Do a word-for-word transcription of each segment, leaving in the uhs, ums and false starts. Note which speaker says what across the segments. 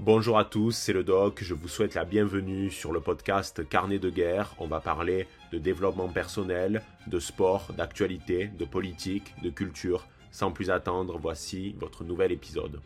Speaker 1: Bonjour à tous, c'est le Doc, je vous souhaite la bienvenue sur le podcast Carnet de guerre. On va parler de développement personnel, de sport, d'actualité, de politique, de culture. Sans plus attendre, voici votre nouvel épisode.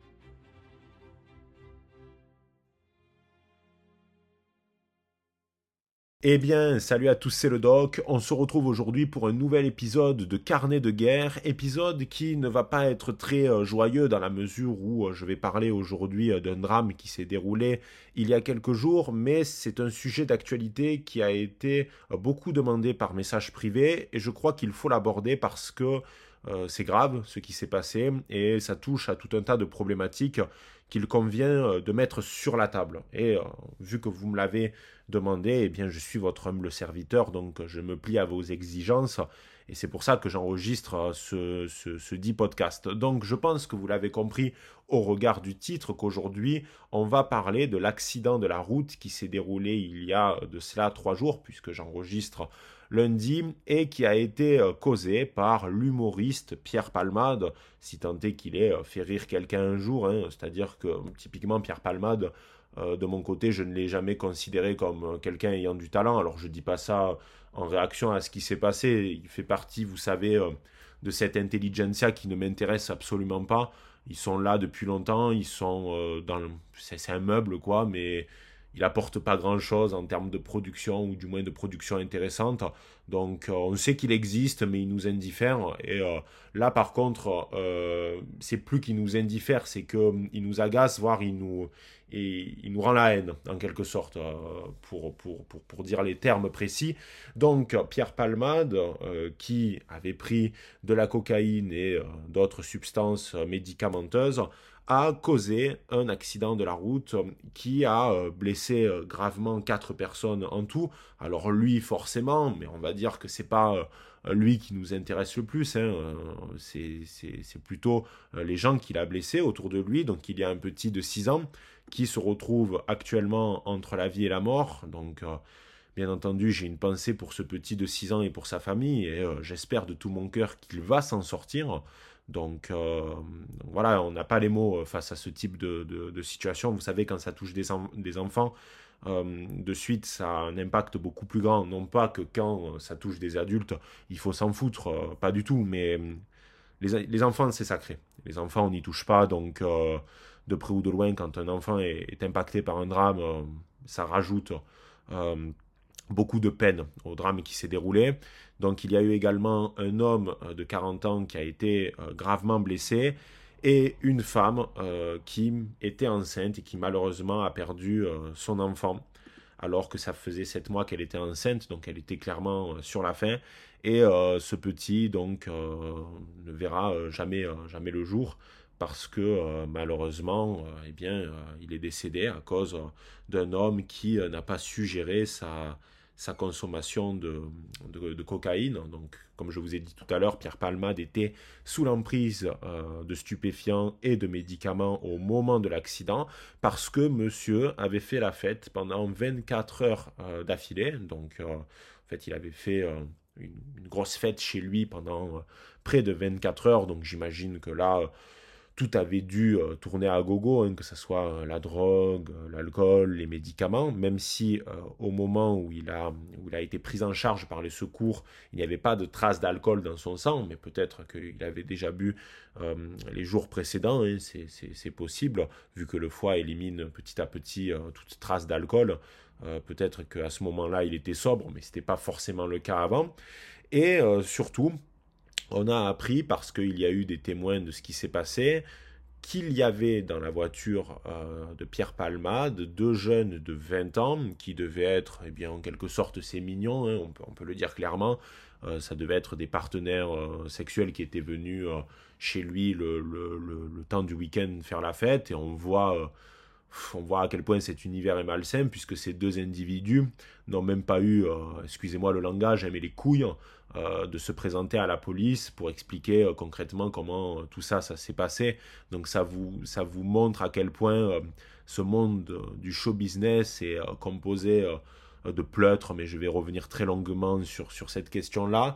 Speaker 1: Eh bien, salut à tous, c'est le Doc. On se retrouve aujourd'hui pour un nouvel épisode de Carnet de guerre, épisode qui ne va pas être très euh, joyeux dans la mesure où euh, je vais parler aujourd'hui euh, d'un drame qui s'est déroulé il y a quelques jours, mais c'est un sujet d'actualité qui a été euh, beaucoup demandé par message privé et je crois qu'il faut l'aborder parce que euh, c'est grave ce qui s'est passé et ça touche à tout un tas de problématiques qu'il convient euh, de mettre sur la table. Et euh, vu que vous me l'avez demandé, eh bien je suis votre humble serviteur, donc je me plie à vos exigences et c'est pour ça que j'enregistre ce, ce, ce dit podcast. Donc je pense que vous l'avez compris au regard du titre qu'aujourd'hui on va parler de l'accident de la route qui s'est déroulé il y a de cela trois jours puisque j'enregistre lundi et qui a été causé par l'humoriste Pierre Palmade, si tant est qu'il ait fait rire quelqu'un un jour, hein, c'est-à-dire que typiquement Pierre Palmade, euh, de mon côté, je ne l'ai jamais considéré comme quelqu'un ayant du talent. Alors je ne dis pas ça en réaction à ce qui s'est passé, il fait partie, vous savez, euh, de cette intelligentsia qui ne m'intéresse absolument pas. Ils sont là depuis longtemps, ils sont euh, dans le... c'est, c'est un meuble quoi, mais il apporte pas grand-chose en termes de production, ou du moins de production intéressante. Donc euh, on sait qu'il existe, mais il nous indiffère. Et euh, là, par contre, euh, c'est plus qu'il nous indiffère, c'est qu'il nous agace, voire il nous, et il nous rend la haine, en quelque sorte, euh, pour, pour, pour, pour dire les termes précis. Donc Pierre Palmade, euh, qui avait pris de la cocaïne et euh, d'autres substances médicamenteuses, a causé un accident de la route qui a euh, blessé euh, gravement quatre personnes en tout. Alors lui forcément, mais on va dire que c'est pas euh, lui qui nous intéresse le plus, hein, euh, c'est, c'est, c'est plutôt euh, les gens qu'il a blessés autour de lui. Donc il y a un petit de six ans qui se retrouve actuellement entre la vie et la mort. Donc euh, bien entendu, j'ai une pensée pour ce petit de six ans et pour sa famille, et euh, j'espère de tout mon cœur qu'il va s'en sortir. Donc euh, voilà, on n'a pas les mots face à ce type de, de, de situation. Vous savez, quand ça touche des, en, des enfants, euh, de suite, ça a un impact beaucoup plus grand. Non pas que quand ça touche des adultes, il faut s'en foutre, euh, pas du tout, mais les, les enfants, c'est sacré. Les enfants, on n'y touche pas, donc euh, de près ou de loin, quand un enfant est, est impacté par un drame, euh, ça rajoute... Euh, beaucoup de peine au drame qui s'est déroulé. Donc il y a eu également un homme de quarante ans qui a été euh, gravement blessé et une femme euh, qui était enceinte et qui malheureusement a perdu euh, son enfant alors que ça faisait sept mois qu'elle était enceinte, donc elle était clairement euh, sur la fin. Et euh, ce petit donc euh, ne verra euh, jamais, euh, jamais le jour parce que euh, malheureusement, euh, eh bien, euh, il est décédé à cause euh, d'un homme qui euh, n'a pas su gérer sa, sa consommation de, de, de cocaïne. Donc, comme je vous ai dit tout à l'heure, Pierre Palmade était sous l'emprise euh, de stupéfiants et de médicaments au moment de l'accident parce que monsieur avait fait la fête pendant vingt-quatre heures euh, d'affilée. Donc, euh, en fait, il avait fait euh, une, une grosse fête chez lui pendant euh, près de vingt-quatre heures. Donc, j'imagine que là... Euh, tout avait dû euh, tourner à gogo, hein, que ce soit euh, la drogue, euh, l'alcool, les médicaments, même si euh, au moment où il, a, où il a été pris en charge par les secours, il n'y avait pas de traces d'alcool dans son sang, mais peut-être qu'il avait déjà bu euh, les jours précédents, hein, c'est, c'est, c'est possible, vu que le foie élimine petit à petit euh, toute trace d'alcool. Euh, peut-être qu'à ce moment-là, il était sobre, mais ce n'était pas forcément le cas avant. Et euh, surtout, on a appris, parce qu'il y a eu des témoins de ce qui s'est passé, qu'il y avait dans la voiture euh, de Pierre Palmade deux jeunes de vingt ans qui devaient être, eh bien, en quelque sorte, c'est mignon, hein, on, peut, on peut le dire clairement, euh, ça devait être des partenaires euh, sexuels qui étaient venus euh, chez lui le, le, le, le temps du week-end faire la fête, et on voit... Euh, on voit à quel point cet univers est malsain, puisque ces deux individus n'ont même pas eu, euh, excusez-moi le langage, hein, mais les couilles euh, de se présenter à la police pour expliquer euh, concrètement comment euh, tout ça, ça s'est passé. Donc ça vous, ça vous montre à quel point euh, ce monde euh, du show business est euh, composé euh, de pleutres, mais je vais revenir très longuement sur, sur cette question-là.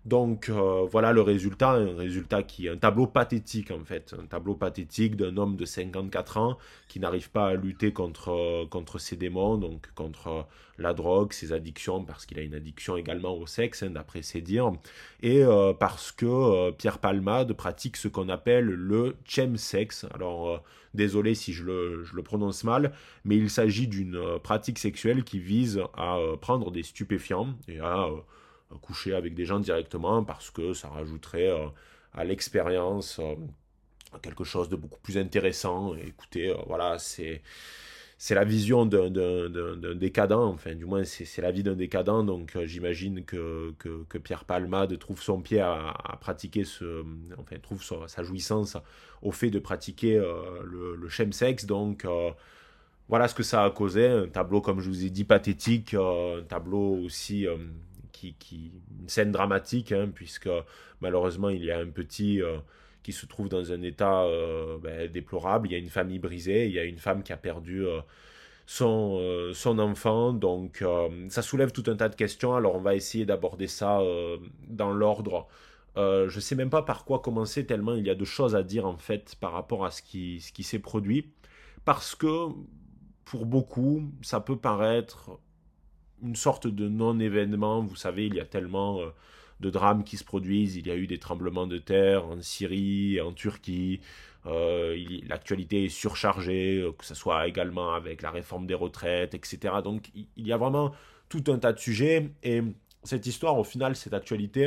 Speaker 1: Donc euh, voilà le résultat, un résultat qui est un tableau pathétique en fait, un tableau pathétique d'un homme de cinquante-quatre ans qui n'arrive pas à lutter contre, euh, contre ses démons, donc contre euh, la drogue, ses addictions, parce qu'il a une addiction également au sexe, hein, d'après ses dires, et euh, parce que euh, Pierre Palmade pratique ce qu'on appelle le chemsex. Alors euh, désolé si je le, je le prononce mal, mais il s'agit d'une euh, pratique sexuelle qui vise à euh, prendre des stupéfiants et à euh, coucher avec des gens directement parce que ça rajouterait euh, à l'expérience euh, quelque chose de beaucoup plus intéressant. Et écoutez, euh, voilà, c'est c'est la vision d'un, d'un, d'un, d'un décadent, enfin du moins c'est, c'est la vie d'un décadent, donc euh, j'imagine que, que, que Pierre Palmade trouve son pied à, à pratiquer ce, enfin trouve sa, sa jouissance au fait de pratiquer euh, le, le chemsex, donc euh, voilà ce que ça a causé, un tableau comme je vous ai dit pathétique, euh, un tableau aussi euh, qui, qui, une scène dramatique, hein, puisque malheureusement il y a un petit euh, qui se trouve dans un état euh, ben, déplorable, il y a une famille brisée, il y a une femme qui a perdu euh, son, euh, son enfant, donc euh, ça soulève tout un tas de questions, alors on va essayer d'aborder ça euh, dans l'ordre. Euh, je sais même pas par quoi commencer tellement il y a de choses à dire en fait par rapport à ce qui, ce qui s'est produit, parce que pour beaucoup, ça peut paraître une sorte de non-événement. Vous savez, il y a tellement euh, de drames qui se produisent. Il y a eu des tremblements de terre en Syrie, en Turquie. Euh, il- l'actualité est surchargée, euh, que ce soit également avec la réforme des retraites, et cetera. Donc, il il y a vraiment tout un tas de sujets. Et cette histoire, au final, cette actualité,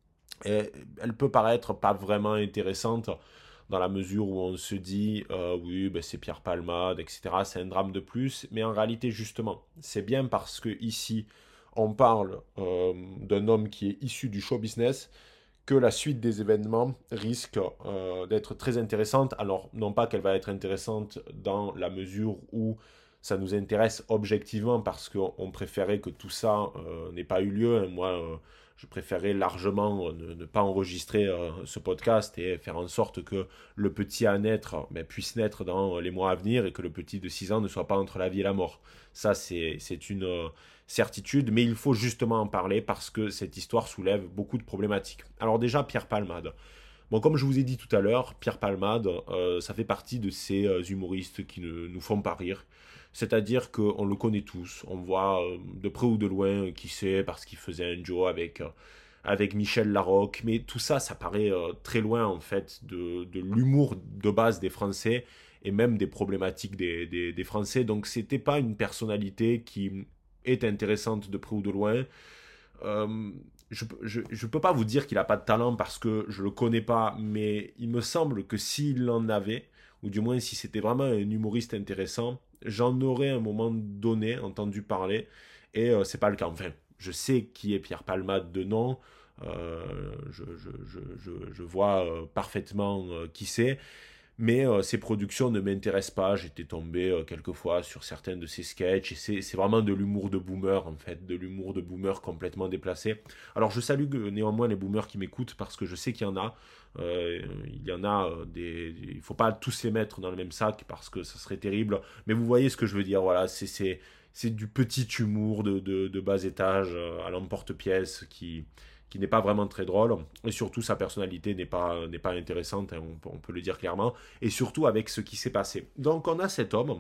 Speaker 1: et elle peut paraître pas vraiment intéressante dans la mesure où on se dit euh, oui, ben c'est Pierre Palmade, et cetera. C'est un drame de plus, mais en réalité, justement, c'est bien parce que ici, on parle euh, d'un homme qui est issu du show business que la suite des événements risque euh, d'être très intéressante. Alors, non pas qu'elle va être intéressante dans la mesure où ça nous intéresse objectivement parce qu'on préférait que tout ça euh, n'ait pas eu lieu. Moi, euh, je préférais largement ne, ne pas enregistrer euh, ce podcast et faire en sorte que le petit à naître ben, puisse naître dans les mois à venir et que le petit de six ans ne soit pas entre la vie et la mort. Ça, c'est, c'est une euh, certitude, mais il faut justement en parler parce que cette histoire soulève beaucoup de problématiques. Alors déjà, Pierre Palmade. Bon, comme je vous ai dit tout à l'heure, Pierre Palmade, euh, ça fait partie de ces euh, humoristes qui ne nous font pas rire. C'est-à-dire qu'on le connaît tous, on voit euh, de près ou de loin qui c'est parce qu'il faisait un duo avec, euh, avec Michel Larocque, mais tout ça, ça paraît euh, très loin en fait de, de l'humour de base des Français et même des problématiques des, des, des Français. Donc c'était pas une personnalité qui est intéressante de près ou de loin. Euh, je je, je peux pas vous dire qu'il a pas de talent parce que je le connais pas, mais il me semble que s'il en avait, ou du moins si c'était vraiment un humoriste intéressant, j'en aurais à un moment donné entendu parler, et euh, c'est pas le cas. Enfin, je sais qui est Pierre Palmade de nom, euh, je, je, je, je, je vois euh, parfaitement euh, qui c'est, mais euh, ces productions ne m'intéressent pas. J'étais tombé euh, quelquefois sur certains de ces sketchs et c'est, c'est vraiment de l'humour de boomer en fait, de l'humour de boomer complètement déplacé. Alors je salue euh, néanmoins les boomers qui m'écoutent parce que je sais qu'il y en a. Euh, il y en a euh, des. Il faut pas tous les mettre dans le même sac parce que ça serait terrible. Mais vous voyez ce que je veux dire. Voilà, c'est c'est c'est du petit humour de, de, de bas étage euh, à l'emporte-pièce qui qui n'est pas vraiment très drôle, et surtout sa personnalité n'est pas, n'est pas intéressante, hein, on, peut, on peut le dire clairement, et surtout avec ce qui s'est passé. Donc on a cet homme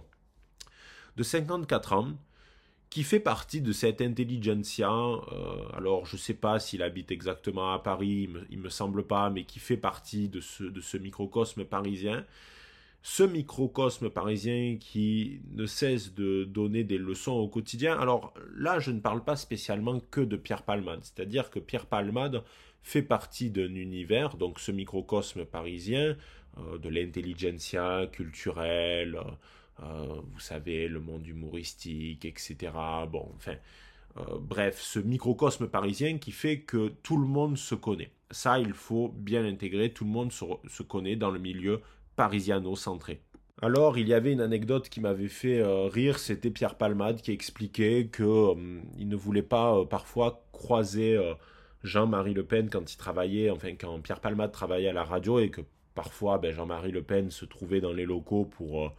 Speaker 1: de cinquante-quatre ans qui fait partie de cette intelligentsia, euh, alors je ne sais pas s'il habite exactement à Paris, il me, il me semble pas, mais qui fait partie de ce, de ce microcosme parisien, ce microcosme parisien qui ne cesse de donner des leçons au quotidien. Alors là, je ne parle pas spécialement que de Pierre Palmade, c'est-à-dire que Pierre Palmade fait partie d'un univers, donc ce microcosme parisien, euh, de l'intelligentsia culturelle, euh, vous savez, le monde humoristique, et cetera. Bon, enfin, euh, bref, ce microcosme parisien qui fait que tout le monde se connaît. Ça, il faut bien l'intégrer, tout le monde se, se connaît dans le milieu parisiano-centré. Alors, il y avait une anecdote qui m'avait fait euh, rire, c'était Pierre Palmade qui expliquait que euh, il ne voulait pas euh, parfois croiser euh, Jean-Marie Le Pen quand il travaillait, enfin quand Pierre Palmade travaillait à la radio et que parfois ben, Jean-Marie Le Pen se trouvait dans les locaux pour, euh,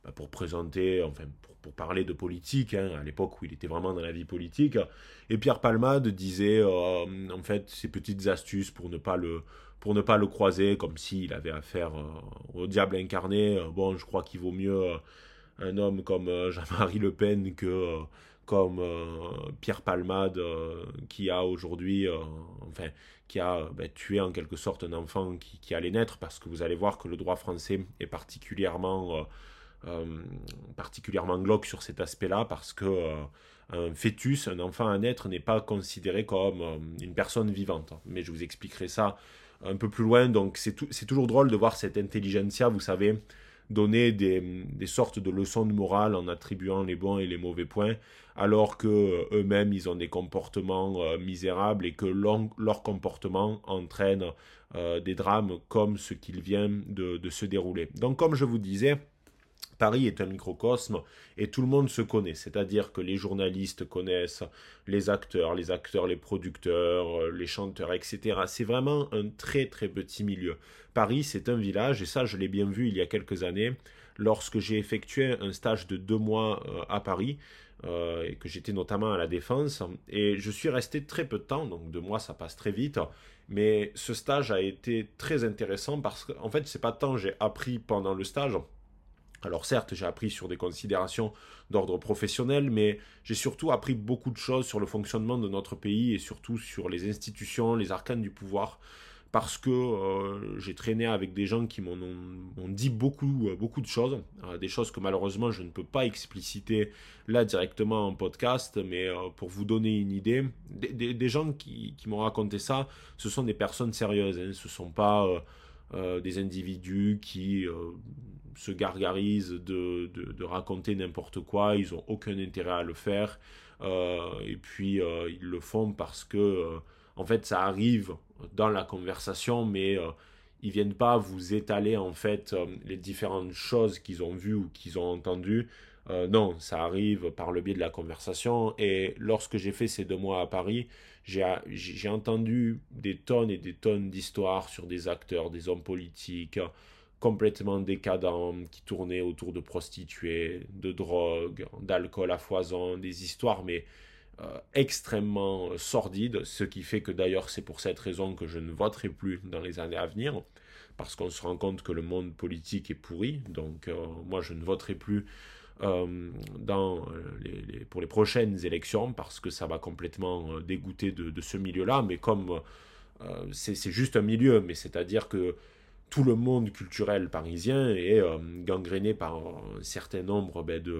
Speaker 1: bah, pour présenter, enfin pour, pour parler de politique, hein, à l'époque où il était vraiment dans la vie politique. Et Pierre Palmade disait euh, en fait ses petites astuces pour ne pas le, pour ne pas le croiser, comme s'il avait affaire euh, au diable incarné. Bon, je crois qu'il vaut mieux euh, un homme comme euh, Jean-Marie Le Pen que euh, comme euh, Pierre Palmade euh, qui a aujourd'hui, euh, enfin, qui a euh, ben, tué en quelque sorte un enfant qui, qui allait naître, parce que vous allez voir que le droit français est particulièrement, euh, euh, particulièrement glauque sur cet aspect-là, parce que euh, un fœtus, un enfant à naître, n'est pas considéré comme euh, une personne vivante. Mais je vous expliquerai ça un peu plus loin. Donc c'est tout, c'est toujours drôle de voir cette intelligentsia, vous savez, donner des, des sortes de leçons de morale en attribuant les bons et les mauvais points, alors que euh, eux-mêmes ils ont des comportements euh, misérables et que leur, leur comportement entraîne euh, des drames comme ce qu'il vient de, de se dérouler. Donc comme je vous disais, Paris est un microcosme et tout le monde se connaît, c'est-à-dire que les journalistes connaissent les acteurs, les acteurs, les producteurs, les chanteurs, et cetera. C'est vraiment un très très petit milieu. Paris, c'est un village, et ça je l'ai bien vu il y a quelques années, lorsque j'ai effectué un stage de deux mois euh, à Paris, euh, et que j'étais notamment à la Défense, et je suis resté très peu de temps, donc deux mois ça passe très vite, mais ce stage a été très intéressant parce qu'en fait c'est pas tant j'ai appris pendant le stage. Alors certes, j'ai appris sur des considérations d'ordre professionnel, mais j'ai surtout appris beaucoup de choses sur le fonctionnement de notre pays et surtout sur les institutions, les arcanes du pouvoir, parce que euh, j'ai traîné avec des gens qui m'ont ont dit beaucoup, euh, beaucoup de choses, euh, des choses que malheureusement je ne peux pas expliciter là directement en podcast, mais euh, pour vous donner une idée, des, des, des gens qui, qui m'ont raconté ça, ce sont des personnes sérieuses, hein, ce ne sont pas euh, euh, des individus qui... Euh, se gargarisent de, de, de raconter n'importe quoi, ils n'ont aucun intérêt à le faire, euh, et puis euh, ils le font parce que, euh, en fait, ça arrive dans la conversation, mais euh, ils viennent pas vous étaler, en fait, euh, les différentes choses qu'ils ont vues ou qu'ils ont entendues. Euh, non, ça arrive par le biais de la conversation, et lorsque j'ai fait ces deux mois à Paris, j'ai, j'ai entendu des tonnes et des tonnes d'histoires sur des acteurs, des hommes politiques, complètement décadents, qui tournaient autour de prostituées, de drogue, d'alcool à foison, des histoires mais euh, extrêmement sordides, ce qui fait que d'ailleurs c'est pour cette raison que je ne voterai plus dans les années à venir, parce qu'on se rend compte que le monde politique est pourri, donc euh, moi je ne voterai plus euh, dans les, les, pour les prochaines élections, parce que ça va complètement euh, dégoûter de, de ce milieu-là, mais comme euh, c'est, c'est juste un milieu, mais c'est-à-dire que tout le monde culturel parisien est euh, gangréné par un certain nombre ben, de,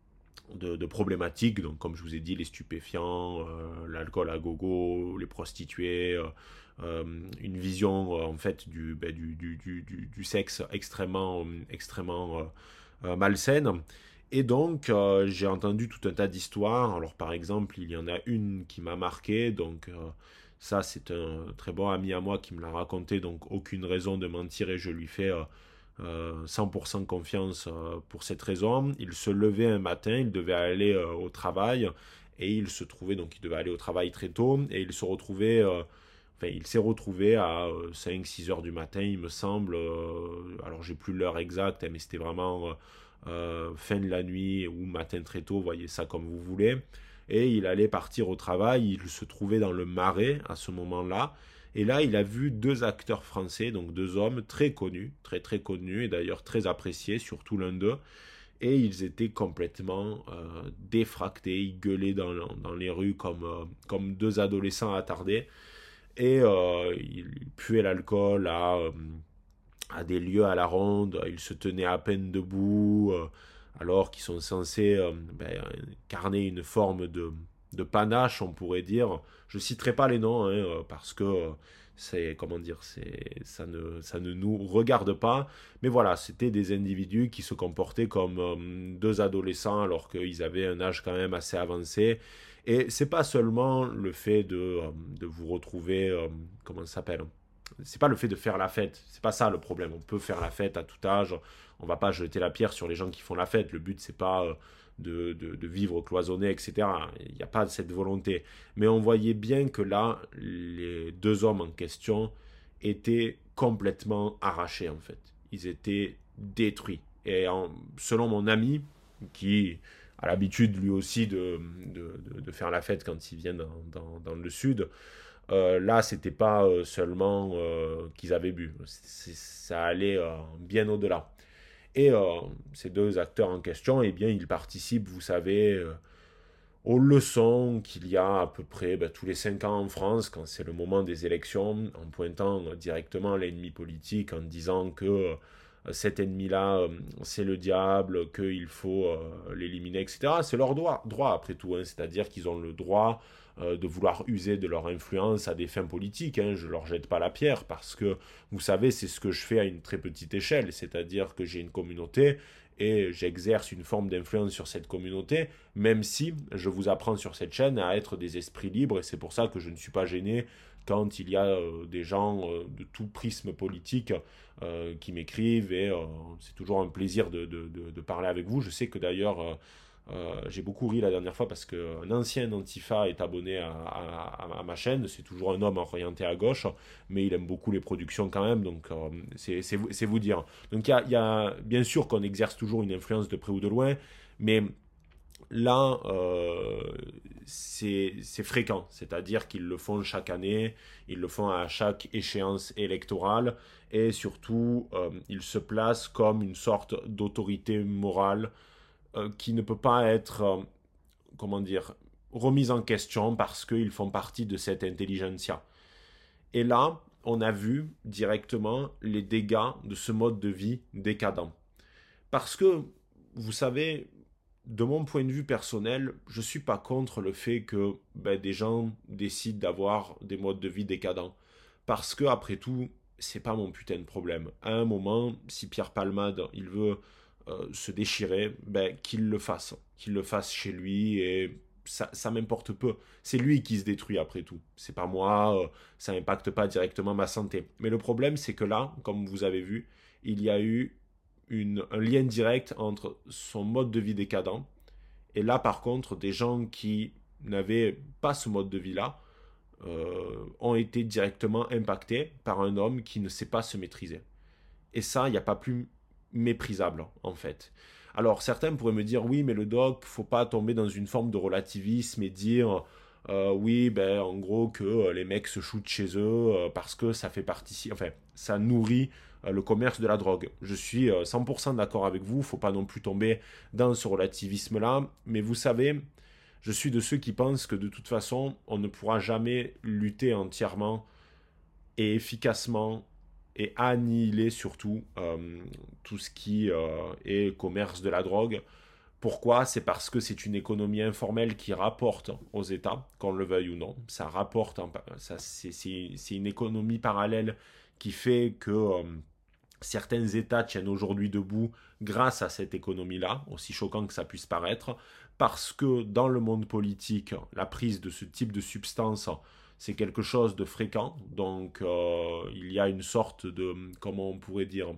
Speaker 1: de, de problématiques, donc comme je vous ai dit, les stupéfiants, euh, l'alcool à gogo, les prostituées, euh, euh, une vision euh, en fait du, ben, du, du, du, du, du sexe extrêmement, extrêmement euh, euh, malsaine. Et donc, euh, j'ai entendu tout un tas d'histoires. Alors, par exemple, il y en a une qui m'a marqué. Donc, euh, ça, c'est un très bon ami à moi qui me l'a raconté. Donc, aucune raison de mentir et je lui fais euh, euh, cent pour cent confiance euh, pour cette raison. Il se levait un matin, il devait aller euh, au travail et il se trouvait, donc il devait aller au travail très tôt et il se retrouvait, euh, enfin, il s'est retrouvé à euh, cinq six heures du matin, il me semble. Euh, alors, j'ai plus l'heure exacte, hein, mais c'était vraiment. Euh, euh, fin de la nuit ou matin très tôt, voyez ça comme vous voulez. Et il allait partir au travail, il se trouvait dans le Marais à ce moment-là. Et là, il a vu deux acteurs français, donc deux hommes très connus, très très connus, et d'ailleurs très appréciés, surtout l'un d'eux. Et ils étaient complètement euh, défractés, ils gueulaient dans, dans les rues comme, euh, comme deux adolescents attardés. Et euh, ils puaient l'alcool à... Euh, à des lieux à la ronde, ils se tenaient à peine debout, euh, alors qu'ils sont censés euh, ben, incarner une forme de, de panache, on pourrait dire. Je ne citerai pas les noms, hein, euh, parce que euh, c'est, comment dire, c'est, ça, ne, ça ne nous regarde pas. Mais voilà, c'était des individus qui se comportaient comme euh, deux adolescents, alors qu'ils avaient un âge quand même assez avancé. Et c'est pas seulement le fait de, euh, de vous retrouver, euh, comment ça s'appelle, c'est pas le fait de faire la fête, c'est pas ça le problème. On peut faire la fête à tout âge, on va pas jeter la pierre sur les gens qui font la fête. Le but c'est pas euh, de, de, de vivre cloisonné, et cetera. Il n'y a pas cette volonté. Mais on voyait bien que là, les deux hommes en question étaient complètement arrachés en fait. Ils étaient détruits. Et en, selon mon ami, qui a l'habitude lui aussi de, de, de, de faire la fête quand il vient dans, dans, dans le sud, euh, là, c'était pas euh, seulement euh, qu'ils avaient bu. C'est- ça allait euh, bien au-delà. Et euh, ces deux acteurs en question, eh bien, ils participent, vous savez, euh, aux leçons qu'il y a à peu près ben, tous les cinq ans en France, quand c'est le moment des élections, en pointant euh, directement l'ennemi politique, en disant que euh, cet ennemi-là, euh, c'est le diable, qu'il faut euh, l'éliminer, et cetera. C'est leur droit, droit après tout, hein, c'est-à-dire qu'ils ont le droit euh, de vouloir user de leur influence à des fins politiques. Hein. Je ne leur jette pas la pierre parce que, vous savez, c'est ce que je fais à une très petite échelle, c'est-à-dire que j'ai une communauté et j'exerce une forme d'influence sur cette communauté, même si je vous apprends sur cette chaîne à être des esprits libres, et c'est pour ça que je ne suis pas gêné quand il y a euh, des gens euh, de tout prisme politique euh, qui m'écrivent, et euh, c'est toujours un plaisir de, de, de, de parler avec vous. Je sais que d'ailleurs, euh, euh, j'ai beaucoup ri la dernière fois parce qu'un ancien Antifa est abonné à, à, à ma chaîne. C'est toujours un homme orienté à gauche, mais il aime beaucoup les productions quand même, donc euh, c'est, c'est, c'est vous dire. Donc il y a, y a bien sûr qu'on exerce toujours une influence de près ou de loin, mais là, euh, c'est, c'est fréquent, c'est-à-dire qu'ils le font chaque année, ils le font à chaque échéance électorale, et surtout, euh, ils se placent comme une sorte d'autorité morale euh, qui ne peut pas être, euh, comment dire, remise en question parce qu'ils font partie de cette intelligentsia. Et là, on a vu directement les dégâts de ce mode de vie décadent. Parce que, vous savez, de mon point de vue personnel, je ne suis pas contre le fait que ben, des gens décident d'avoir des modes de vie décadents. Parce que, après tout, c'est pas mon putain de problème. À un moment, si Pierre Palmade, il veut euh, se déchirer, ben, qu'il le fasse. Qu'il le fasse chez lui, et ça, ça m'importe peu. C'est lui qui se détruit après tout. C'est pas moi, euh, ça n'impacte pas directement ma santé. Mais le problème, c'est que là, comme vous avez vu, il y a eu une, un lien direct entre son mode de vie décadent et là, par contre, des gens qui n'avaient pas ce mode de vie-là euh, ont été directement impactés par un homme qui ne sait pas se maîtriser. Et ça, il n'y a pas plus méprisable, en fait. Alors, certains pourraient me dire, oui, mais le doc, faut pas tomber dans une forme de relativisme et dire, euh, oui, ben, en gros, que euh, les mecs se shootent chez eux euh, parce que ça fait partie, enfin, ça nourrit euh, le commerce de la drogue. Je suis euh, cent pour cent d'accord avec vous, faut pas non plus tomber dans ce relativisme-là, mais vous savez, je suis de ceux qui pensent que de toute façon, on ne pourra jamais lutter entièrement et efficacement et annihiler surtout euh, tout ce qui euh, est commerce de la drogue. Pourquoi? C'est parce que c'est une économie informelle qui rapporte aux États, qu'on le veuille ou non. Ça rapporte, ça, c'est, c'est, c'est une économie parallèle qui fait que euh, certains États tiennent aujourd'hui debout grâce à cette économie-là, aussi choquant que ça puisse paraître, parce que dans le monde politique, la prise de ce type de substance, c'est quelque chose de fréquent. Donc, euh, il y a une sorte de, comment on pourrait dire,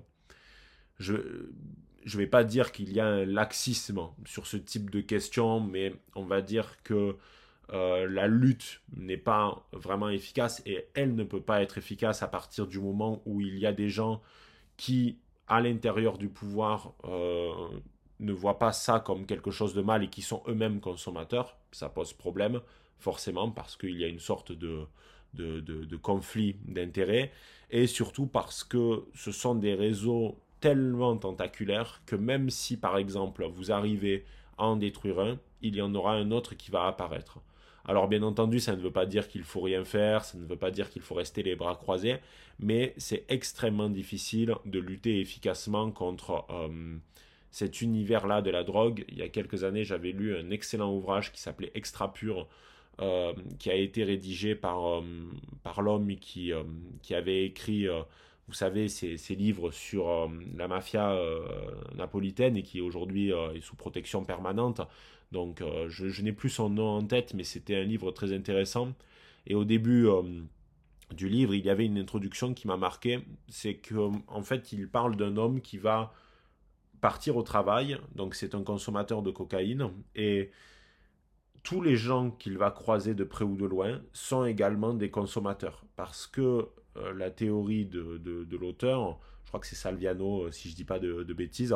Speaker 1: je je vais pas dire qu'il y a un laxisme sur ce type de questions, mais on va dire que euh, la lutte n'est pas vraiment efficace, et elle ne peut pas être efficace à partir du moment où il y a des gens qui, à l'intérieur du pouvoir, euh, ne voient pas ça comme quelque chose de mal et qui sont eux-mêmes consommateurs. Ça pose problème, forcément, parce qu'il y a une sorte de, de, de, de conflit d'intérêts, et surtout parce que ce sont des réseaux tellement tentaculaires que même si, par exemple, vous arrivez à en détruire un, il y en aura un autre qui va apparaître. Alors bien entendu, ça ne veut pas dire qu'il faut rien faire, ça ne veut pas dire qu'il faut rester les bras croisés, mais c'est extrêmement difficile de lutter efficacement contre euh, cet univers-là de la drogue. Il y a quelques années, j'avais lu un excellent ouvrage qui s'appelait Extra Pur, euh, qui a été rédigé par, euh, par l'homme qui, euh, qui avait écrit, euh, vous savez, ces, ces livres sur euh, la mafia euh, napolitaine, et qui aujourd'hui euh, est sous protection permanente. Donc euh, je, je n'ai plus son nom en tête, mais c'était un livre très intéressant. Et au début euh, du livre, il y avait une introduction qui m'a marqué. C'est qu'en fait, il parle d'un homme qui va partir au travail. Donc c'est un consommateur de cocaïne. Et tous les gens qu'il va croiser de près ou de loin sont également des consommateurs. Parce que euh, la théorie de, de, de l'auteur, je crois que c'est Salviano, si je ne dis pas de, de bêtises,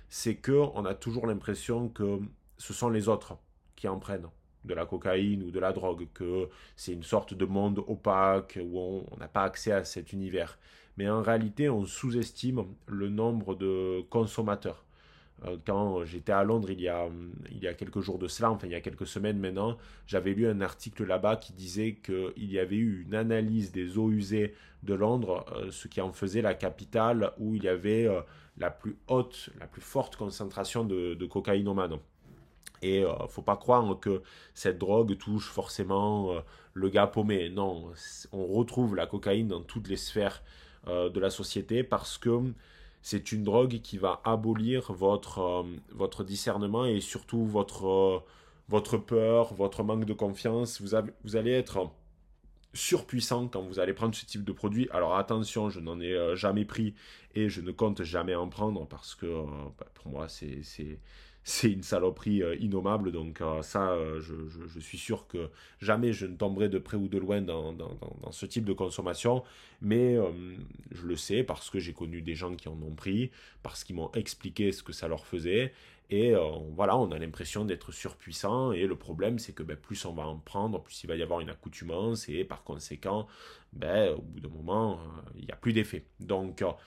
Speaker 1: c'est qu'on a toujours l'impression que ce sont les autres qui en prennent de la cocaïne ou de la drogue, que c'est une sorte de monde opaque où on on n'a pas accès à cet univers. Mais en réalité, on sous-estime le nombre de consommateurs. Euh, Quand j'étais à Londres il y a, il y a quelques jours de cela, enfin il y a quelques semaines maintenant, j'avais lu un article là-bas qui disait qu'il y avait eu une analyse des eaux usées de Londres, euh, ce qui en faisait la capitale où il y avait euh, la plus haute, la plus forte concentration de, de cocaïnomanes. Et euh, faut pas croire que cette drogue touche forcément euh, le gars paumé. Non, on retrouve la cocaïne dans toutes les sphères euh, de la société parce que c'est une drogue qui va abolir votre, euh, votre discernement et surtout votre, euh, votre peur, votre manque de confiance. Vous, avez- vous allez être surpuissant quand vous allez prendre ce type de produit. Alors attention, je n'en ai euh, jamais pris et je ne compte jamais en prendre parce que euh, bah, pour moi c'est c'est c'est une saloperie euh, innommable. Donc euh, ça, euh, je, je- je suis sûr que jamais je ne tomberai de près ou de loin dans, dans- dans- dans ce type de consommation. Mais euh, je le sais parce que j'ai connu des gens qui en ont pris, parce qu'ils m'ont expliqué ce que ça leur faisait. Et euh, voilà, on a l'impression d'être surpuissant. Et le problème, c'est que ben, plus on va en prendre, plus il va y avoir une accoutumance. Et par conséquent, ben, au bout d'un moment, euh, il n'y a plus d'effet. Donc, euh,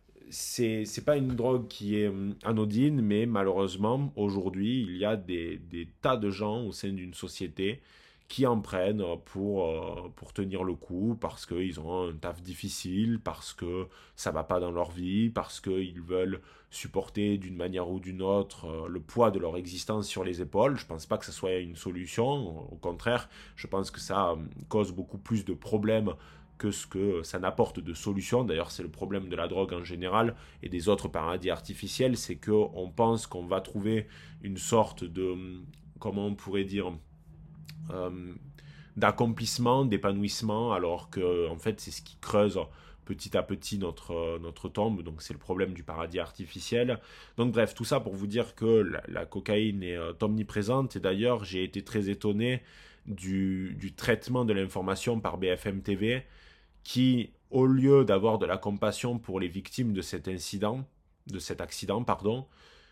Speaker 1: c'est, c'est pas une drogue qui est hum, anodine, mais malheureusement, aujourd'hui, il y a des, des tas de gens au sein d'une société qui en prennent pour, euh, pour tenir le coup, parce qu'ils ont un taf difficile, parce que ça va pas dans leur vie, parce qu'ils veulent supporter d'une manière ou d'une autre euh, le poids de leur existence sur les épaules. Je pense pas que ce soit une solution, au contraire, je pense que ça hum, cause beaucoup plus de problèmes que ce que ça n'apporte de solution. D'ailleurs, c'est le problème de la drogue en général et des autres paradis artificiels, c'est qu'on pense qu'on va trouver une sorte de, comment on pourrait dire, euh, d'accomplissement, d'épanouissement, alors que en fait c'est ce qui creuse petit à petit notre, notre tombe, donc c'est le problème du paradis artificiel. Donc bref, tout ça pour vous dire que la, la cocaïne est euh, omniprésente, et d'ailleurs j'ai été très étonné du, du traitement de l'information par B F M T V, qui, au lieu d'avoir de la compassion pour les victimes de cet incident, de cet accident, pardon,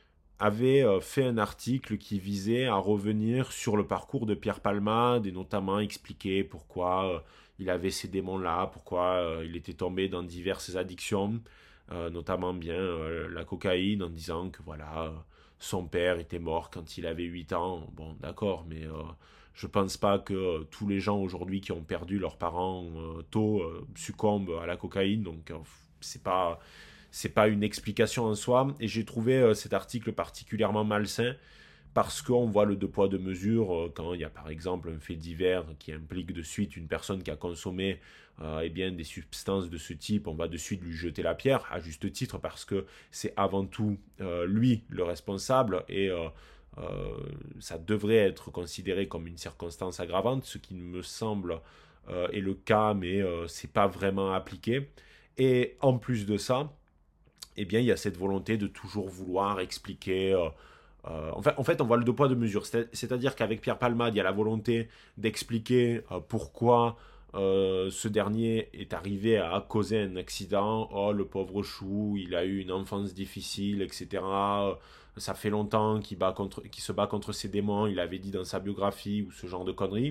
Speaker 1: avait euh, fait un article qui visait à revenir sur le parcours de Pierre Palmade et notamment expliquer pourquoi euh, il avait ces démons-là, pourquoi euh, il était tombé dans diverses addictions, euh, notamment bien euh, la cocaïne, en disant que voilà, euh, son père était mort quand il avait huit ans. Bon, d'accord, mais euh, je pense pas que euh, tous les gens aujourd'hui qui ont perdu leurs parents euh, tôt euh, succombent à la cocaïne, donc euh, c'est pas c'est pas une explication en soi. Et j'ai trouvé euh, cet article particulièrement malsain parce qu'on voit le deux poids deux mesures euh, quand il y a par exemple un fait divers qui implique de suite une personne qui a consommé euh, eh bien, des substances de ce type, on va de suite lui jeter la pierre, à juste titre, parce que c'est avant tout euh, lui le responsable et euh, euh, ça devrait être considéré comme une circonstance aggravante, ce qui me semble euh, est le cas, mais euh, c'est pas vraiment appliqué. Et en plus de ça, eh bien, il y a cette volonté de toujours vouloir expliquer. Euh, euh, en, fait, en fait, on voit le deux poids, deux mesures. C'est- C'est-à-dire qu'avec Pierre Palmade, il y a la volonté d'expliquer euh, pourquoi euh, ce dernier est arrivé à causer un accident. Oh, le pauvre chou, il a eu une enfance difficile, et cetera. Euh, Ça fait longtemps qu'il bat contre, qu'il se bat contre ses démons, il avait dit dans sa biographie, ou ce genre de conneries.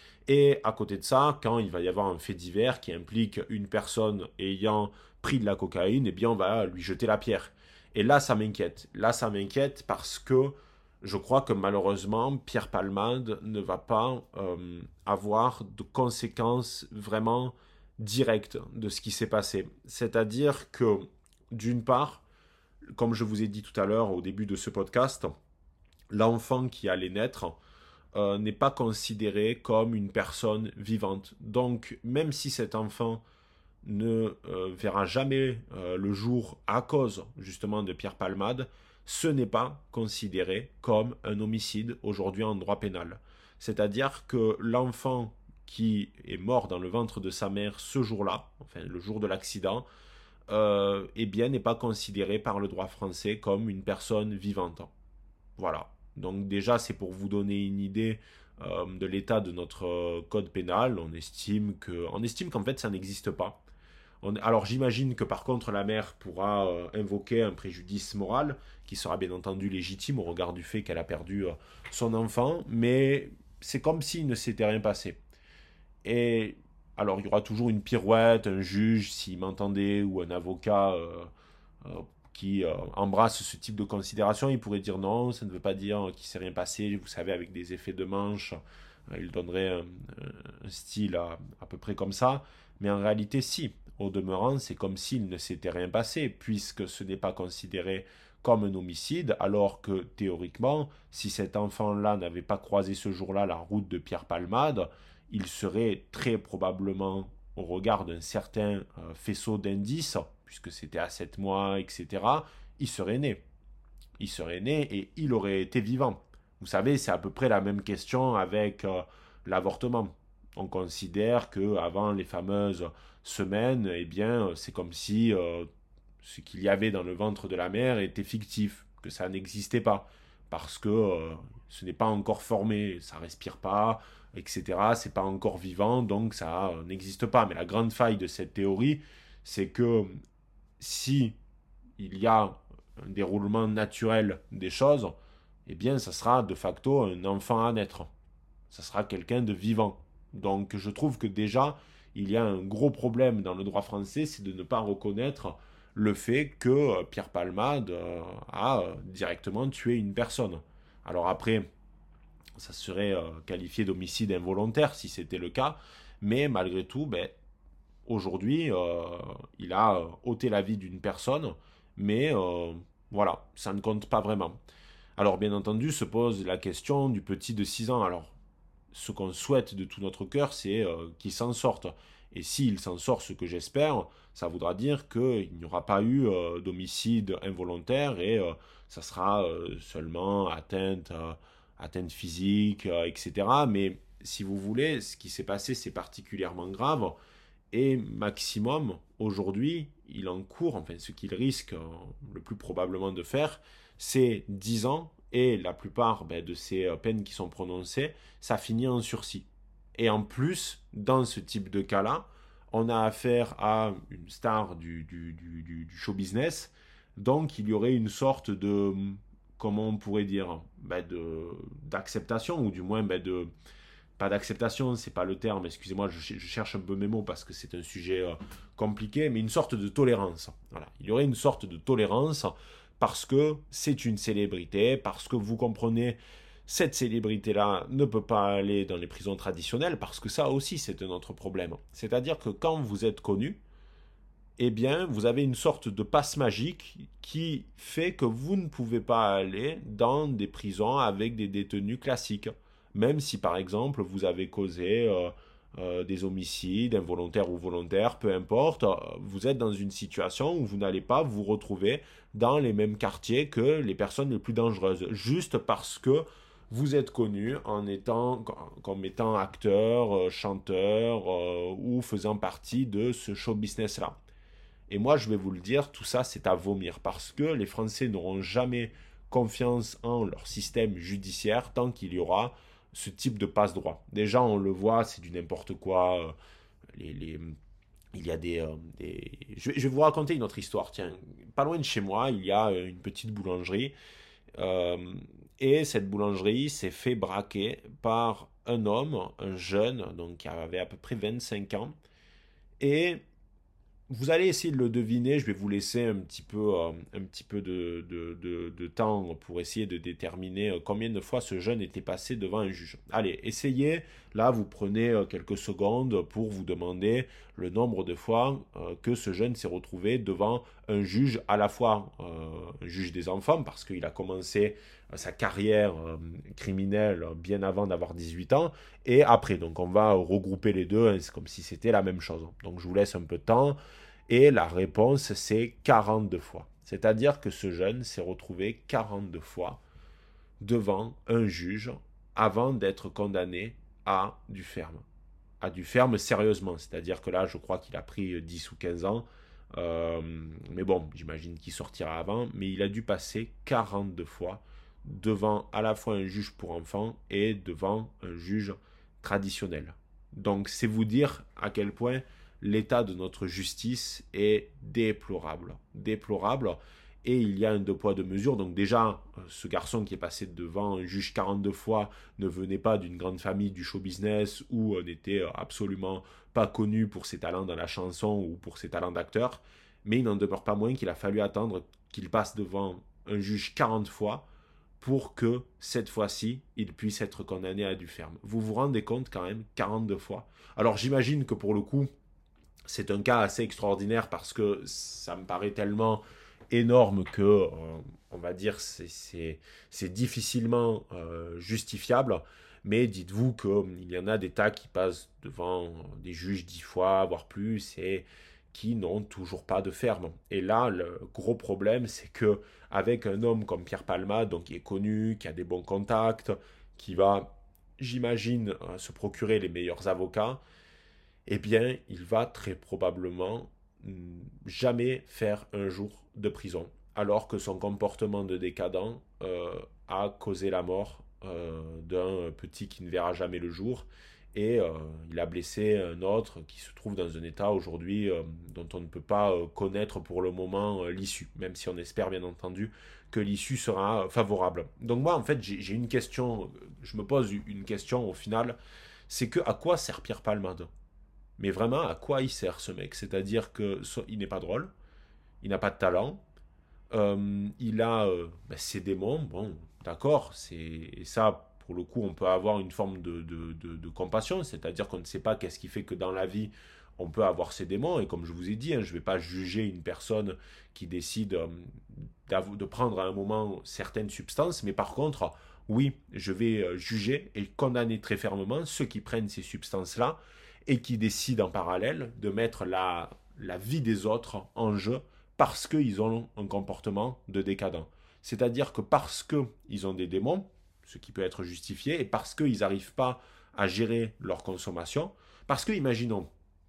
Speaker 1: Et à côté de ça, quand il va y avoir un fait divers qui implique une personne ayant pris de la cocaïne, eh bien on va lui jeter la pierre. Et là, ça m'inquiète. Là, ça m'inquiète parce que je crois que malheureusement, Pierre Palmade ne va pas euh, avoir de conséquences vraiment directes de ce qui s'est passé. C'est-à-dire que, d'une part, comme je vous ai dit tout à l'heure au début de ce podcast, l'enfant qui allait naître euh, n'est pas considéré comme une personne vivante. Donc, même si cet enfant ne euh, verra jamais euh, le jour à cause justement de Pierre Palmade, ce n'est pas considéré comme un homicide aujourd'hui en droit pénal. C'est-à-dire que l'enfant qui est mort dans le ventre de sa mère ce jour-là, enfin le jour de l'accident, euh, eh bien n'est pas considéré par le droit français comme une personne vivante. Voilà. Donc déjà, c'est pour vous donner une idée euh, de l'état de notre euh, code pénal. On estime que, on estime qu'en fait, ça n'existe pas. On, alors j'imagine que par contre la mère pourra euh, invoquer un préjudice moral qui sera bien entendu légitime au regard du fait qu'elle a perdu euh, son enfant, mais c'est comme s'il ne s'était rien passé. Et alors il y aura toujours une pirouette, un juge, s'il m'entendait, ou un avocat euh, euh, qui euh, embrasse ce type de considération, il pourrait dire non, ça ne veut pas dire qu'il ne s'est rien passé, vous savez, avec des effets de manche, euh, il donnerait un, un style à, à peu près comme ça, mais en réalité, si. Au demeurant, c'est comme s'il ne s'était rien passé, puisque ce n'est pas considéré comme un homicide, alors que théoriquement, si cet enfant-là n'avait pas croisé ce jour-là la route de Pierre Palmade, il serait très probablement, au regard d'un certain euh, faisceau d'indices, puisque c'était à sept mois, et cetera, il serait né. Il serait né et il aurait été vivant. Vous savez, c'est à peu près la même question avec euh, l'avortement. On considère que avant les fameuses semaines, eh bien, c'est comme si euh, ce qu'il y avait dans le ventre de la mère était fictif, que ça n'existait pas, parce que euh, ce n'est pas encore formé, ça respire pas, et cetera. C'est pas encore vivant, donc ça euh, n'existe pas. Mais la grande faille de cette théorie, c'est que si il y a un déroulement naturel des choses, eh bien, ça sera de facto un enfant à naître. Ça sera quelqu'un de vivant. Donc, je trouve que déjà, il y a un gros problème dans le droit français, c'est de ne pas reconnaître le fait que euh, Pierre Palmade euh, a euh, directement tué une personne. Alors après, ça serait euh, qualifié d'homicide involontaire si c'était le cas, mais malgré tout, ben, aujourd'hui, euh, il a euh, ôté la vie d'une personne, mais euh, voilà, ça ne compte pas vraiment. Alors bien entendu, se pose la question du petit de six ans. Alors, ce qu'on souhaite de tout notre cœur, c'est euh, qu'il s'en sorte. Et s'il s'en sort, ce que j'espère, ça voudra dire qu'il n'y aura pas eu euh, d'homicide involontaire et euh, ça sera euh, seulement atteinte, euh, atteinte physique, euh, et cetera. Mais si vous voulez, ce qui s'est passé, c'est particulièrement grave. Et maximum, aujourd'hui, il encourt, enfin ce qu'il risque euh, le plus probablement de faire, c'est dix ans, et la plupart ben, de ces euh, peines qui sont prononcées, ça finit en sursis. Et en plus, dans ce type de cas-là, on a affaire à une star du, du, du, du- du show business, donc il y aurait une sorte de, comment on pourrait dire, ben, de, d'acceptation, ou du moins ben, de, pas d'acceptation, c'est pas le terme, excusez-moi, je, je cherche un peu mes mots parce que c'est un sujet euh, compliqué, mais une sorte de tolérance. Voilà. Il y aurait une sorte de tolérance parce que c'est une célébrité, parce que vous comprenez, cette célébrité-là ne peut pas aller dans les prisons traditionnelles, parce que ça aussi c'est un autre problème. C'est-à-dire que quand vous êtes connu, eh bien, vous avez une sorte de passe magique qui fait que vous ne pouvez pas aller dans des prisons avec des détenus classiques. Même si, par exemple, vous avez causé euh, euh, des homicides, involontaires ou volontaires, peu importe, euh, vous êtes dans une situation où vous n'allez pas vous retrouver dans les mêmes quartiers que les personnes les plus dangereuses, juste parce que vous êtes connu en étant, comme étant acteur, euh, chanteur euh, ou faisant partie de ce show business-là. Et moi, je vais vous le dire, tout ça, c'est à vomir parce que les Français n'auront jamais confiance en leur système judiciaire tant qu'il y aura ce type de passe-droit. Déjà, on le voit, c'est du n'importe quoi. euh, Les, les- il y a des, euh, des- Je vais, je vais vous raconter une autre histoire. Tiens, pas loin de chez moi, il y a euh, une petite boulangerie. euh, et cette boulangerie s'est fait braquer par un homme, un jeune, donc qui avait à peu près vingt-cinq ans. Et vous allez essayer de le deviner. Je vais vous laisser un petit peu, euh, un petit peu de, de- de- de temps pour essayer de déterminer euh, combien de fois ce jeune était passé devant un juge. Allez, essayez. Là, vous prenez euh, quelques secondes pour vous demander le nombre de fois euh, que ce jeune s'est retrouvé devant un juge, à la fois euh, un juge des enfants, parce qu'il a commencé euh, sa carrière euh, criminelle bien avant d'avoir dix-huit ans, et après. Donc, on va regrouper les deux, hein, c'est comme si c'était la même chose. Donc, je vous laisse un peu de temps. Et la réponse, c'est quarante-deux fois. C'est-à-dire que ce jeune s'est retrouvé quarante-deux fois devant un juge avant d'être condamné à du ferme. À du ferme sérieusement. C'est-à-dire que là, je crois qu'il a pris dix ou quinze ans. Euh, mais bon, j'imagine qu'il sortira avant. Mais il a dû passer quarante-deux fois devant à la fois un juge pour enfants et devant un juge traditionnel. Donc, c'est vous dire à quel point l'état de notre justice est déplorable. Déplorable. Et il y a un deux poids, deux mesures. Donc déjà, ce garçon qui est passé devant un juge quarante-deux fois ne venait pas d'une grande famille du show business ou n'était absolument pas connu pour ses talents dans la chanson ou pour ses talents d'acteur. Mais il n'en demeure pas moins qu'il a fallu attendre qu'il passe devant un juge quarante fois pour que cette fois-ci, il puisse être condamné à du ferme. Vous vous rendez compte quand même, quarante-deux fois. Alors j'imagine que pour le coup, c'est un cas assez extraordinaire parce que ça me paraît tellement énorme que, euh, on va dire, c'est, c'est, c'est difficilement euh, justifiable. Mais dites-vous qu'il y en a des tas qui passent devant des juges dix fois, voire plus, et qui n'ont toujours pas de ferme. Et là, le gros problème, c'est que avec un homme comme Pierre Palmade, donc qui est connu, qui a des bons contacts, qui va, j'imagine, euh, se procurer les meilleurs avocats, eh bien, il va très probablement mm, jamais faire un jour de prison, alors que son comportement de décadent euh, a causé la mort euh, d'un petit qui ne verra jamais le jour, et euh, il a blessé un autre qui se trouve dans un état aujourd'hui euh, dont on ne peut pas euh, connaître pour le moment euh, l'issue, même si on espère bien entendu que l'issue sera favorable. Donc moi, en fait, j'ai, j'ai une question, je me pose une question au final, c'est que à quoi sert Pierre Palmade? Mais vraiment, à quoi il sert ce mec? C'est-à-dire que so- il n'est pas drôle, il n'a pas de talent, euh, il a euh, ben, ses démons, bon, d'accord, c'est et ça, pour le coup, on peut avoir une forme de, de, de- de compassion, c'est-à-dire qu'on ne sait pas qu'est-ce qui fait que dans la vie, on peut avoir ses démons, et comme je vous ai dit, hein, je ne vais pas juger une personne qui décide euh, d'av- de prendre à un moment certaines substances, mais par contre, oui, je vais euh, juger et condamner très fermement ceux qui prennent ces substances-là et qui décident en parallèle de mettre la, la vie des autres en jeu parce qu'ils ont un comportement de décadent. C'est-à-dire que parce qu'ils ont des démons, ce qui peut être justifié, et parce qu'ils n'arrivent pas à gérer leur consommation, parce que, imaginons,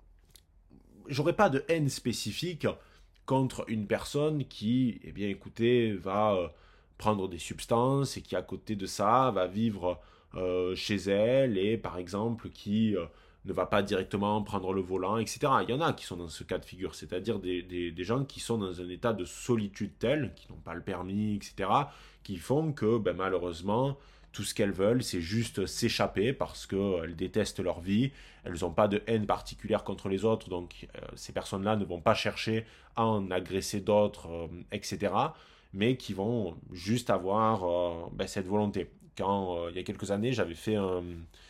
Speaker 1: j'aurais pas de haine spécifique contre une personne qui, eh bien, écoutez, va euh, prendre des substances et qui, à côté de ça, va vivre euh, chez elle et, par exemple, qui euh, ne va pas directement prendre le volant, et cetera. Il y en a qui sont dans ce cas de figure, c'est-à-dire des, des, des gens qui sont dans un état de solitude tel, qui n'ont pas le permis, et cetera, qui font que, ben, malheureusement, tout ce qu'elles veulent, c'est juste s'échapper parce qu'elles détestent leur vie, elles n'ont pas de haine particulière contre les autres, donc euh, ces personnes-là ne vont pas chercher à en agresser d'autres, euh, et cetera, mais qui vont juste avoir euh, ben, cette volonté. Quand, euh, il y a quelques années, j'avais fait un,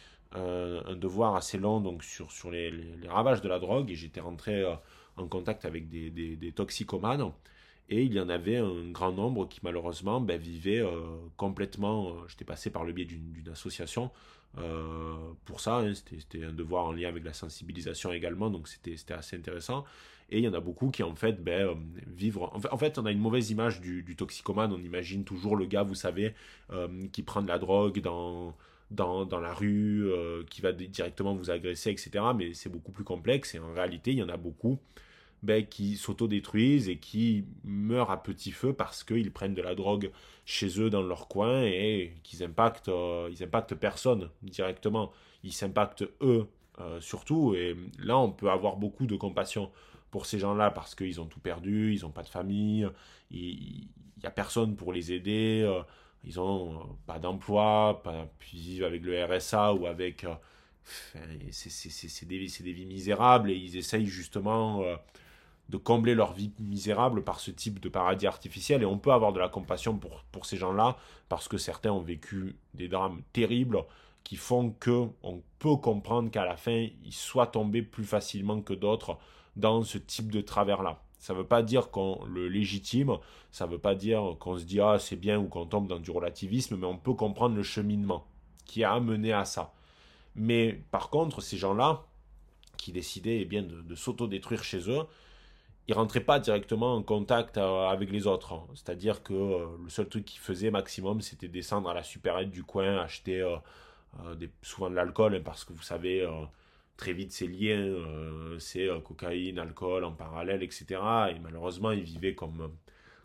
Speaker 1: un, un devoir assez long donc, sur, sur les, les, les ravages de la drogue, et j'étais rentré euh, en contact avec des, des, des toxicomanes, et il y en avait un grand nombre qui malheureusement ben, vivaient euh, complètement. Euh, J'étais passé par le biais d'une d'une association euh, pour ça. Hein, c'était c'était un devoir en lien avec la sensibilisation également, donc c'était c'était assez intéressant. Et il y en a beaucoup qui en fait ben, euh, vivre. En fait, en fait, on a une mauvaise image du, du toxicomane. On imagine toujours le gars, vous savez, euh, qui prend de la drogue dans dans, dans la rue, euh, qui va directement vous agresser, et cetera. Mais c'est beaucoup plus complexe et en réalité, il y en a beaucoup ben, qui s'autodétruisent et qui meurent à petit feu parce qu'ils prennent de la drogue chez eux dans leur coin et qu'ils impactent, euh, ils impactent personne directement. Ils s'impactent eux euh, surtout. Et là, on peut avoir beaucoup de compassion pour ces gens-là parce qu'ils ont tout perdu, ils n'ont pas de famille, il n'y a personne pour les aider, euh, ils n'ont euh, pas d'emploi, pas, puis ils vivent avec le R S A ou avec... euh, Enfin, c'est c'est- c'est- c'est des, c'est des vies misérables et ils essayent justement euh, de combler leur vie misérable par ce type de paradis artificiel. Et on peut avoir de la compassion pour, pour ces gens-là, parce que certains ont vécu des drames terribles qui font que on peut comprendre qu'à la fin, ils soient tombés plus facilement que d'autres dans ce type de travers-là. Ça ne veut pas dire qu'on le légitime, ça ne veut pas dire qu'on se dit ah c'est bien ou qu'on tombe dans du relativisme, mais on peut comprendre le cheminement qui a amené à ça. Mais par contre, ces gens-là qui décidaient eh bien, de, de s'autodétruire chez eux, il rentrait pas directement en contact euh, avec les autres. Hein. C'est-à-dire que euh, le seul truc qu'il faisait maximum, c'était descendre à la supérette du coin, acheter euh, euh, des, souvent de l'alcool, hein, parce que vous savez, euh, très vite c'est lié, hein, euh, c'est euh, cocaïne, alcool en parallèle, et cetera. Et malheureusement, il vivait comme,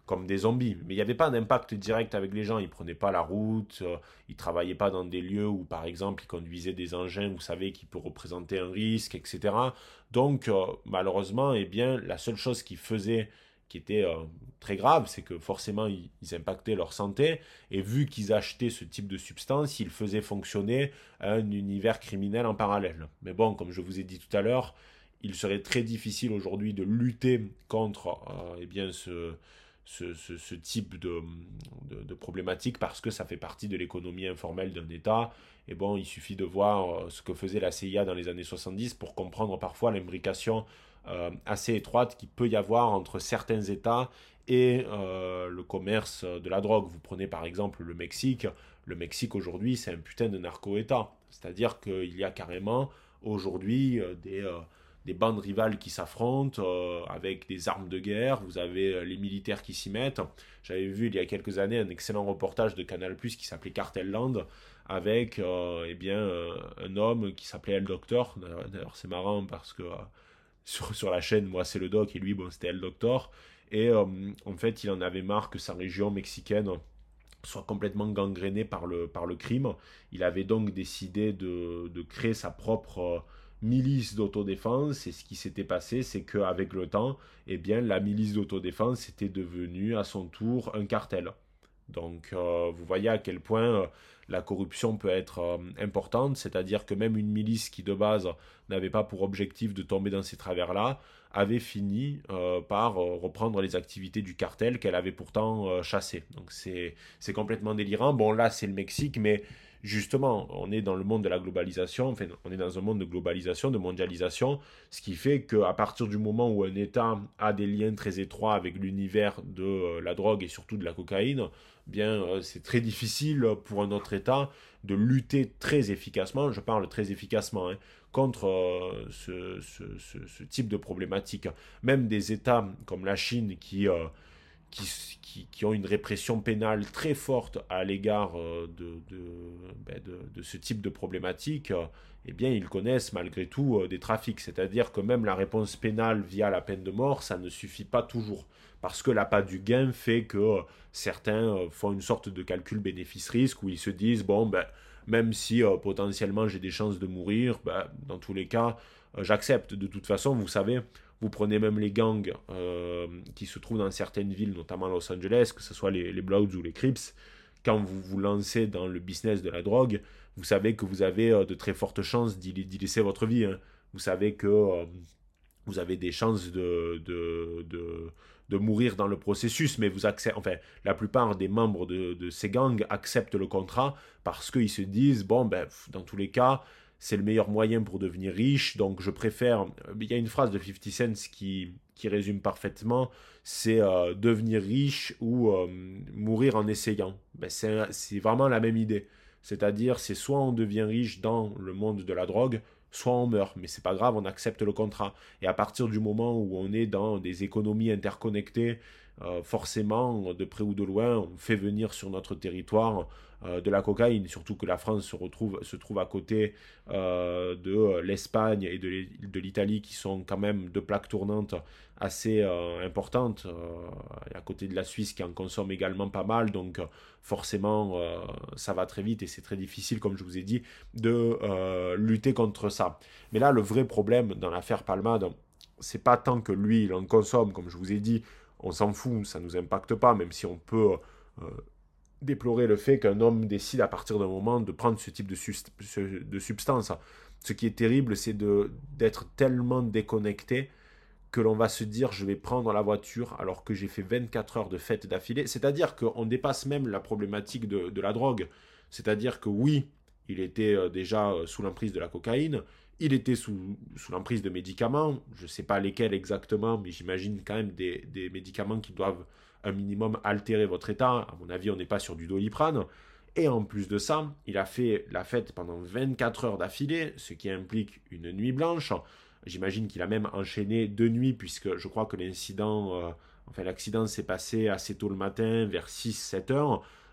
Speaker 1: comme des zombies. Mais il n'y avait pas d'impact direct avec les gens. Ils ne prenaient pas la route, euh, ils ne travaillaient pas dans des lieux où, par exemple, ils conduisaient des engins, vous savez, qui peut représenter un risque, et cetera. Donc, euh, malheureusement, eh bien, la seule chose qu'ils faisaient qui était euh, très grave, c'est que forcément ils, ils impactaient leur santé, et vu qu'ils achetaient ce type de substance, ils faisaient fonctionner un univers criminel en parallèle. Mais bon, comme je vous ai dit tout à l'heure, il serait très difficile aujourd'hui de lutter contre euh, eh bien, ce, ce, ce, ce type de, de, de problématique parce que ça fait partie de l'économie informelle d'un État. Et bon, il suffit de voir euh, ce que faisait la C I A dans les années soixante-dix pour comprendre parfois l'imbrication euh, assez étroite qu'il peut y avoir entre certains États et euh, le commerce de la drogue. Vous prenez par exemple le Mexique. Le Mexique aujourd'hui, c'est un putain de narco-État. C'est-à-dire qu'il y a carrément aujourd'hui euh, des, euh, des bandes rivales qui s'affrontent euh, avec des armes de guerre. Vous avez euh, les militaires qui s'y mettent. J'avais vu il y a quelques années un excellent reportage de Canal plus, qui s'appelait Cartel Land, avec euh, eh bien, euh, un homme qui s'appelait El Doctor. D'ailleurs, c'est marrant parce que euh, sur, sur la chaîne, moi c'est le doc et lui, bon, c'était El Doctor. Et euh, en fait, il en avait marre que sa région mexicaine soit complètement gangrénée par le, par le crime. Il avait donc décidé de, de créer sa propre euh, milice d'autodéfense. Et ce qui s'était passé, c'est qu'avec le temps, eh bien, la milice d'autodéfense était devenue à son tour un cartel. Donc, euh, vous voyez à quel point euh, la corruption peut être euh, importante, c'est-à-dire que même une milice qui de base n'avait pas pour objectif de tomber dans ces travers-là, avait fini euh, par euh, reprendre les activités du cartel qu'elle avait pourtant euh, chassées. Donc c'est c'est complètement délirant. Bon, là, c'est le Mexique, mais justement, on est dans le monde de la globalisation, enfin, on est dans un monde de globalisation, de mondialisation, ce qui fait qu'à partir du moment où un État a des liens très étroits avec l'univers de euh, la drogue et surtout de la cocaïne, bien, euh, c'est très difficile pour un autre État de lutter très efficacement, je parle très efficacement, hein, contre euh, ce, ce, ce, ce type de problématique. Même des États comme la Chine qui, euh, qui, qui, qui ont une répression pénale très forte à l'égard euh, de, de, ben de, de ce type de problématique, euh, eh bien, ils connaissent malgré tout euh, des trafics. C'est-à-dire que même la réponse pénale via la peine de mort, ça ne suffit pas toujours. Parce que l'appât du gain fait que euh, certains euh, font une sorte de calcul bénéfice-risque où ils se disent, bon, ben, même si euh, potentiellement j'ai des chances de mourir, ben, dans tous les cas, euh, j'accepte. De toute façon, vous savez, vous prenez même les gangs euh, qui se trouvent dans certaines villes, notamment à Los Angeles, que ce soit les, les Bloods ou les Crips, quand vous vous lancez dans le business de la drogue, vous savez que vous avez euh, de très fortes chances d'y, d'y laisser votre vie. Hein. Vous savez que euh, vous avez des chances de, de, de, de mourir dans le processus, mais vous acceptez, enfin, la plupart des membres de, de ces gangs acceptent le contrat parce qu'ils se disent, bon, ben, dans tous les cas, c'est le meilleur moyen pour devenir riche, donc je préfère... Il y a une phrase de fifty Cent qui, qui résume parfaitement, c'est euh, devenir riche ou euh, mourir en essayant. Ben, c'est, c'est vraiment la même idée. C'est-à-dire, c'est soit on devient riche dans le monde de la drogue, soit on meurt, mais c'est pas grave, on accepte le contrat. Et à partir du moment où on est dans des économies interconnectées, euh, forcément, de près ou de loin, on fait venir sur notre territoire euh, de la cocaïne, surtout que la France se, retrouve, se trouve à côté euh, de l'Espagne et de, de l'Italie, qui sont quand même deux plaques tournantes assez euh, importantes, euh, et à côté de la Suisse qui en consomme également pas mal, donc forcément euh, ça va très vite et c'est très difficile, comme je vous ai dit, de euh, lutter contre ça. Mais là, le vrai problème dans l'affaire Palmade, c'est pas tant que lui il en consomme, comme je vous ai dit, on s'en fout, ça nous impacte pas, même si on peut euh, déplorer le fait qu'un homme décide à partir d'un moment de prendre ce type de, sust- de substance. Ce qui est terrible, c'est de, d'être tellement déconnecté que l'on va se dire je vais prendre la voiture alors que j'ai fait vingt-quatre heures de fête d'affilée. C'est-à-dire qu'on dépasse même la problématique de, de la drogue. C'est-à-dire que oui, il était euh, déjà euh, sous l'emprise de la cocaïne, il était sous, sous l'emprise de médicaments, je ne sais pas lesquels exactement, mais j'imagine quand même des, des médicaments qui doivent un minimum altérer votre état. À mon avis, on n'est pas sur du Doliprane. Et en plus de ça, il a fait la fête pendant vingt-quatre heures d'affilée, ce qui implique une nuit blanche. J'imagine qu'il a même enchaîné deux nuits, puisque je crois que l'incident, euh, enfin l'accident s'est passé assez tôt le matin, vers six sept heures.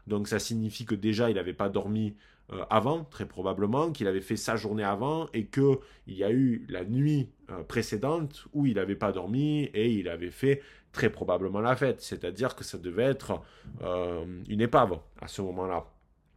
Speaker 1: Donc ça signifie que déjà il n'avait pas dormi euh, avant, très probablement, qu'il avait fait sa journée avant et qu'il y a eu la nuit euh, précédente où il n'avait pas dormi et il avait fait très probablement la fête. C'est-à-dire que ça devait être euh, une épave à ce moment-là.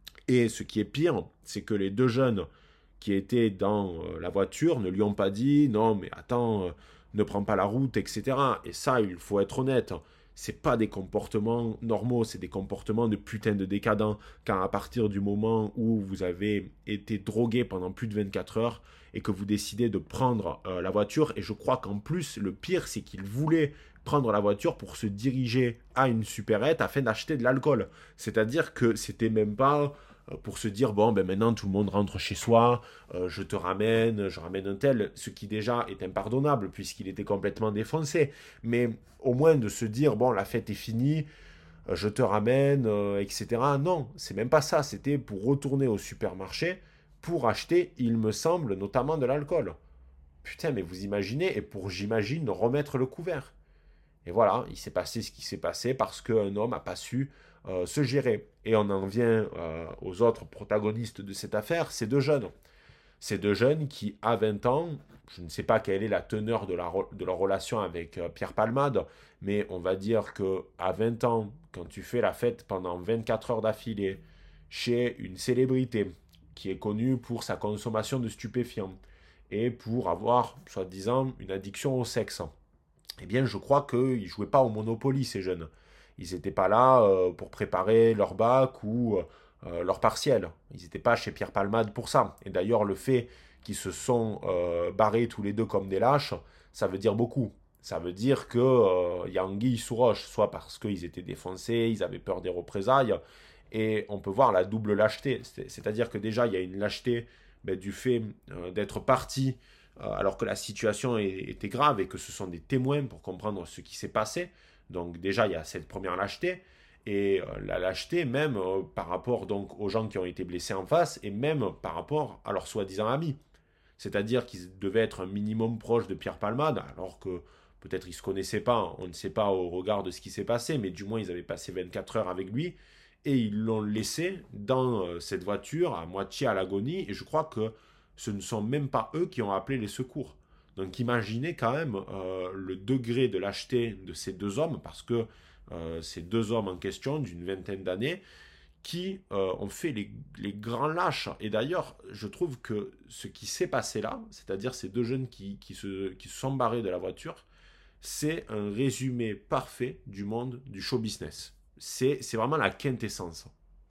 Speaker 1: Et ce qui est pire, c'est que les deux jeunes qui étaient dans euh, la voiture ne lui ont pas dit non mais attends, euh, ne prends pas la route, et cetera. Et ça, il faut être honnête, c'est pas des comportements normaux, c'est des comportements de putain de décadents. Quand à partir du moment où vous avez été drogué pendant plus de vingt-quatre heures et que vous décidez de prendre euh, la voiture, et je crois qu'en plus, le pire, c'est qu'il voulait prendre la voiture pour se diriger à une supérette afin d'acheter de l'alcool. C'est-à-dire que c'était même pas pour se dire, bon, ben maintenant tout le monde rentre chez soi, euh, je te ramène, je ramène un tel, ce qui déjà est impardonnable puisqu'il était complètement défoncé. Mais au moins de se dire, bon, la fête est finie, euh, je te ramène, euh, et cetera. Non, c'est même pas ça, c'était pour retourner au supermarché pour acheter, il me semble, notamment de l'alcool. Putain, mais vous imaginez, et pour, j'imagine, remettre le couvert. Et voilà, il s'est passé ce qui s'est passé parce qu'un homme n'a pas su euh, se gérer. Et on en vient euh, aux autres protagonistes de cette affaire, ces deux jeunes. Ces deux jeunes qui, à vingt ans, je ne sais pas quelle est la teneur de, la, de leur relation avec euh, Pierre Palmade, mais on va dire qu'à vingt ans, quand tu fais la fête pendant vingt-quatre heures d'affilée chez une célébrité qui est connue pour sa consommation de stupéfiants et pour avoir, soi-disant, une addiction au sexe, eh bien, je crois qu'ils ne jouaient pas au Monopoly, ces jeunes. Ils n'étaient pas là euh, pour préparer leur bac ou euh, leur partiel. Ils n'étaient pas chez Pierre Palmade pour ça. Et d'ailleurs, le fait qu'ils se sont euh, barrés tous les deux comme des lâches, ça veut dire beaucoup. Ça veut dire qu'il euh, y a anguille sous roche, soit parce qu'ils étaient défoncés, ils avaient peur des représailles, et on peut voir la double lâcheté. C'est-à-dire que déjà, il y a une lâcheté ben, du fait euh, d'être parti euh, alors que la situation était grave et que ce sont des témoins pour comprendre ce qui s'est passé. Donc déjà, il y a cette première lâcheté, et euh, la lâcheté même euh, par rapport donc aux gens qui ont été blessés en face, et même par rapport à leurs soi-disant amis. C'est-à-dire qu'ils devaient être un minimum proche de Pierre Palmade, alors que peut-être ils ne se connaissaient pas, on ne sait pas au regard de ce qui s'est passé, mais du moins ils avaient passé vingt-quatre heures avec lui, et ils l'ont laissé dans euh, cette voiture à moitié à l'agonie, et je crois que ce ne sont même pas eux qui ont appelé les secours. Donc imaginez quand même euh, le degré de lâcheté de ces deux hommes, parce que euh, ces deux hommes en question, d'une vingtaine d'années, qui euh, ont fait les, les grands lâches. Et d'ailleurs, je trouve que ce qui s'est passé là, c'est-à-dire ces deux jeunes qui, qui, se, qui se sont barrés de la voiture, c'est un résumé parfait du monde du show business. C'est, c'est vraiment la quintessence.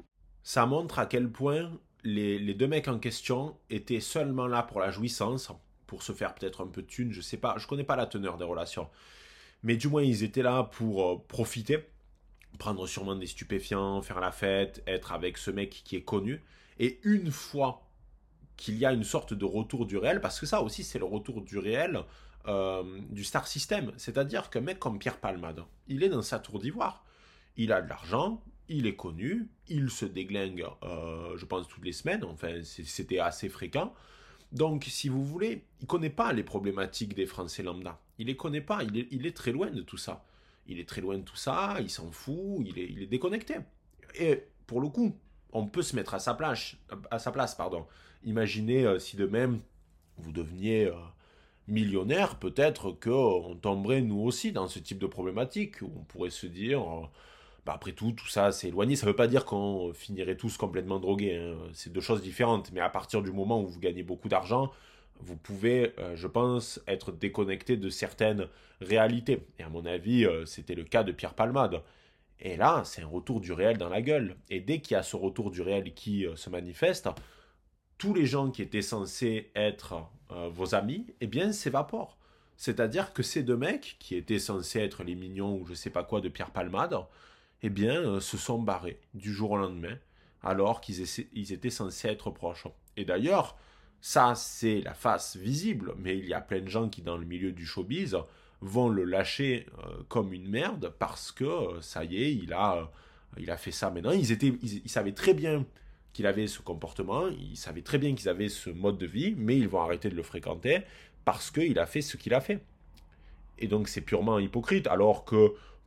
Speaker 1: Ça montre à quel point les, les deux mecs en question étaient seulement là pour la jouissance, pour se faire peut-être un peu de thunes, je sais pas, je connais pas la teneur des relations. Mais du moins, ils étaient là pour euh, profiter, prendre sûrement des stupéfiants, faire la fête, être avec ce mec qui est connu. Et une fois qu'il y a une sorte de retour du réel, parce que ça aussi, c'est le retour du réel euh, du star system. C'est-à-dire qu'un mec comme Pierre Palmade, il est dans sa tour d'ivoire. Il a de l'argent, il est connu, il se déglingue, euh, je pense, toutes les semaines. Enfin, c'était assez fréquent. Donc, si vous voulez, il ne connaît pas les problématiques des Français lambda. Il ne les connaît pas, il est, il est très loin de tout ça. Il est très loin de tout ça, il s'en fout, il est, il est déconnecté. Et pour le coup, on peut se mettre à sa place. À sa place pardon. Imaginez euh, si de même vous deveniez euh, millionnaire, peut-être qu'on tomberait nous aussi dans ce type de problématique, où on pourrait se dire... Euh, bah après tout, tout ça, c'est éloigné. Ça ne veut pas dire qu'on finirait tous complètement drogués, hein. C'est deux choses différentes. Mais à partir du moment où vous gagnez beaucoup d'argent, vous pouvez, euh, je pense, être déconnecté de certaines réalités. Et à mon avis, euh, c'était le cas de Pierre Palmade. Et là, c'est un retour du réel dans la gueule. Et dès qu'il y a ce retour du réel qui euh, se manifeste, tous les gens qui étaient censés être euh, vos amis, eh bien, s'évaporent. C'est-à-dire que ces deux mecs, qui étaient censés être les mignons ou je sais pas quoi de Pierre Palmade, eh bien, euh, se sont barrés du jour au lendemain, alors qu'ils essa- ils étaient censés être proches. Et d'ailleurs, ça, c'est la face visible, mais il y a plein de gens qui, dans le milieu du showbiz, vont le lâcher euh, comme une merde parce que, euh, ça y est, il a, euh, il a fait ça maintenant. Ils, étaient, ils, ils savaient très bien qu'il avait ce comportement, ils savaient très bien qu'ils avaient ce mode de vie, mais ils vont arrêter de le fréquenter parce qu'il a fait ce qu'il a fait. Et donc c'est purement hypocrite, alors que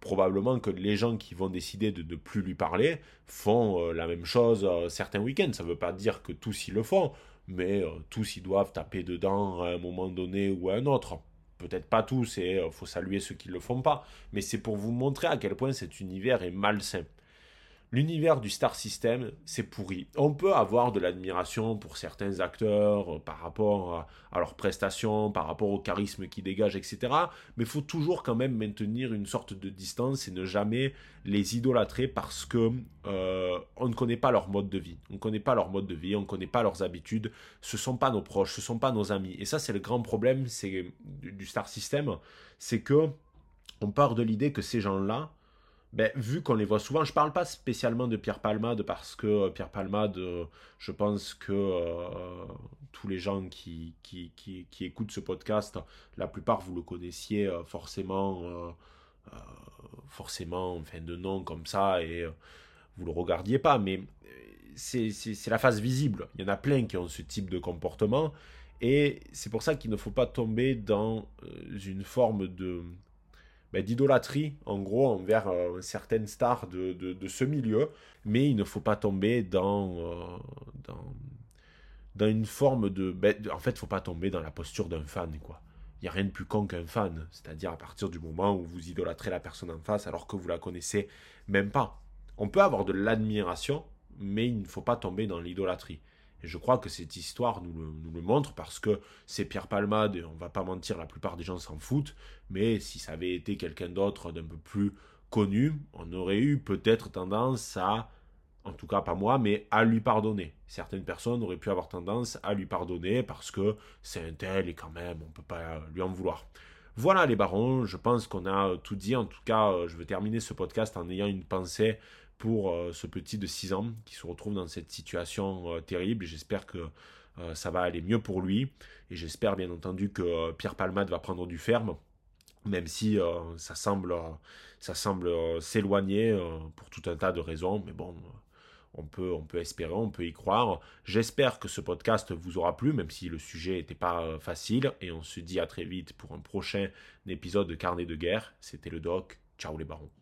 Speaker 1: probablement que les gens qui vont décider de ne plus lui parler font euh, la même chose euh, certains week-ends. Ça ne veut pas dire que tous ils le font, mais euh, tous ils doivent taper dedans à un moment donné ou à un autre. Peut-être pas tous, et il faut saluer ceux qui ne le font pas, mais c'est pour vous montrer à quel point cet univers est malsain. L'univers du Star System, c'est pourri. On peut avoir de l'admiration pour certains acteurs euh, par rapport à, à leurs prestations, par rapport au charisme qu'ils dégagent, et cetera. Mais il faut toujours quand même maintenir une sorte de distance et ne jamais les idolâtrer parce que euh, on ne connaît pas leur mode de vie. On ne connaît pas leur mode de vie, on ne connaît pas leurs habitudes. Ce ne sont pas nos proches, ce ne sont pas nos amis. Et ça, c'est le grand problème c'est, du, du Star System, c'est que on part de l'idée que ces gens-là, ben, vu qu'on les voit souvent, je ne parle pas spécialement de Pierre Palmade parce que euh, Pierre Palmade, euh, je pense que euh, tous les gens qui, qui, qui, qui écoutent ce podcast, la plupart vous le connaissiez euh, forcément, euh, euh, forcément, enfin de nom comme ça, et euh, vous le regardiez pas, mais c'est, c'est, c'est la face visible. Il y en a plein qui ont ce type de comportement, et c'est pour ça qu'il ne faut pas tomber dans euh, une forme de ben, d'idolâtrie, en gros, envers euh, certaines stars de, de, de ce milieu, mais il ne faut pas tomber dans, euh, dans, dans une forme de... Ben, en fait, il ne faut pas tomber dans la posture d'un fan, quoi. Il n'y a rien de plus con qu'un fan, c'est-à-dire à partir du moment où vous idolâtrez la personne en face alors que vous la connaissez même pas. On peut avoir de l'admiration, mais il ne faut pas tomber dans l'idolâtrie. Et je crois que cette histoire nous le, nous le montre parce que c'est Pierre Palmade, et on va pas mentir, la plupart des gens s'en foutent, mais si ça avait été quelqu'un d'autre d'un peu plus connu, on aurait eu peut-être tendance à, en tout cas pas moi, mais à lui pardonner. Certaines personnes auraient pu avoir tendance à lui pardonner parce que c'est un tel et quand même, on ne peut pas lui en vouloir. Voilà les barons, je pense qu'on a tout dit. En tout cas, je vais terminer ce podcast en ayant une pensée pour euh, ce petit de six ans qui se retrouve dans cette situation euh, terrible. Et j'espère que euh, ça va aller mieux pour lui. Et j'espère bien entendu que euh, Pierre Palmade va prendre du ferme, même si euh, ça semble, euh, ça semble euh, s'éloigner euh, pour tout un tas de raisons. Mais bon, euh, on peut, on peut espérer, on peut y croire. J'espère que ce podcast vous aura plu, même si le sujet n'était pas euh, facile. Et on se dit à très vite pour un prochain épisode de Carnet de guerre. C'était le doc. Ciao les barons.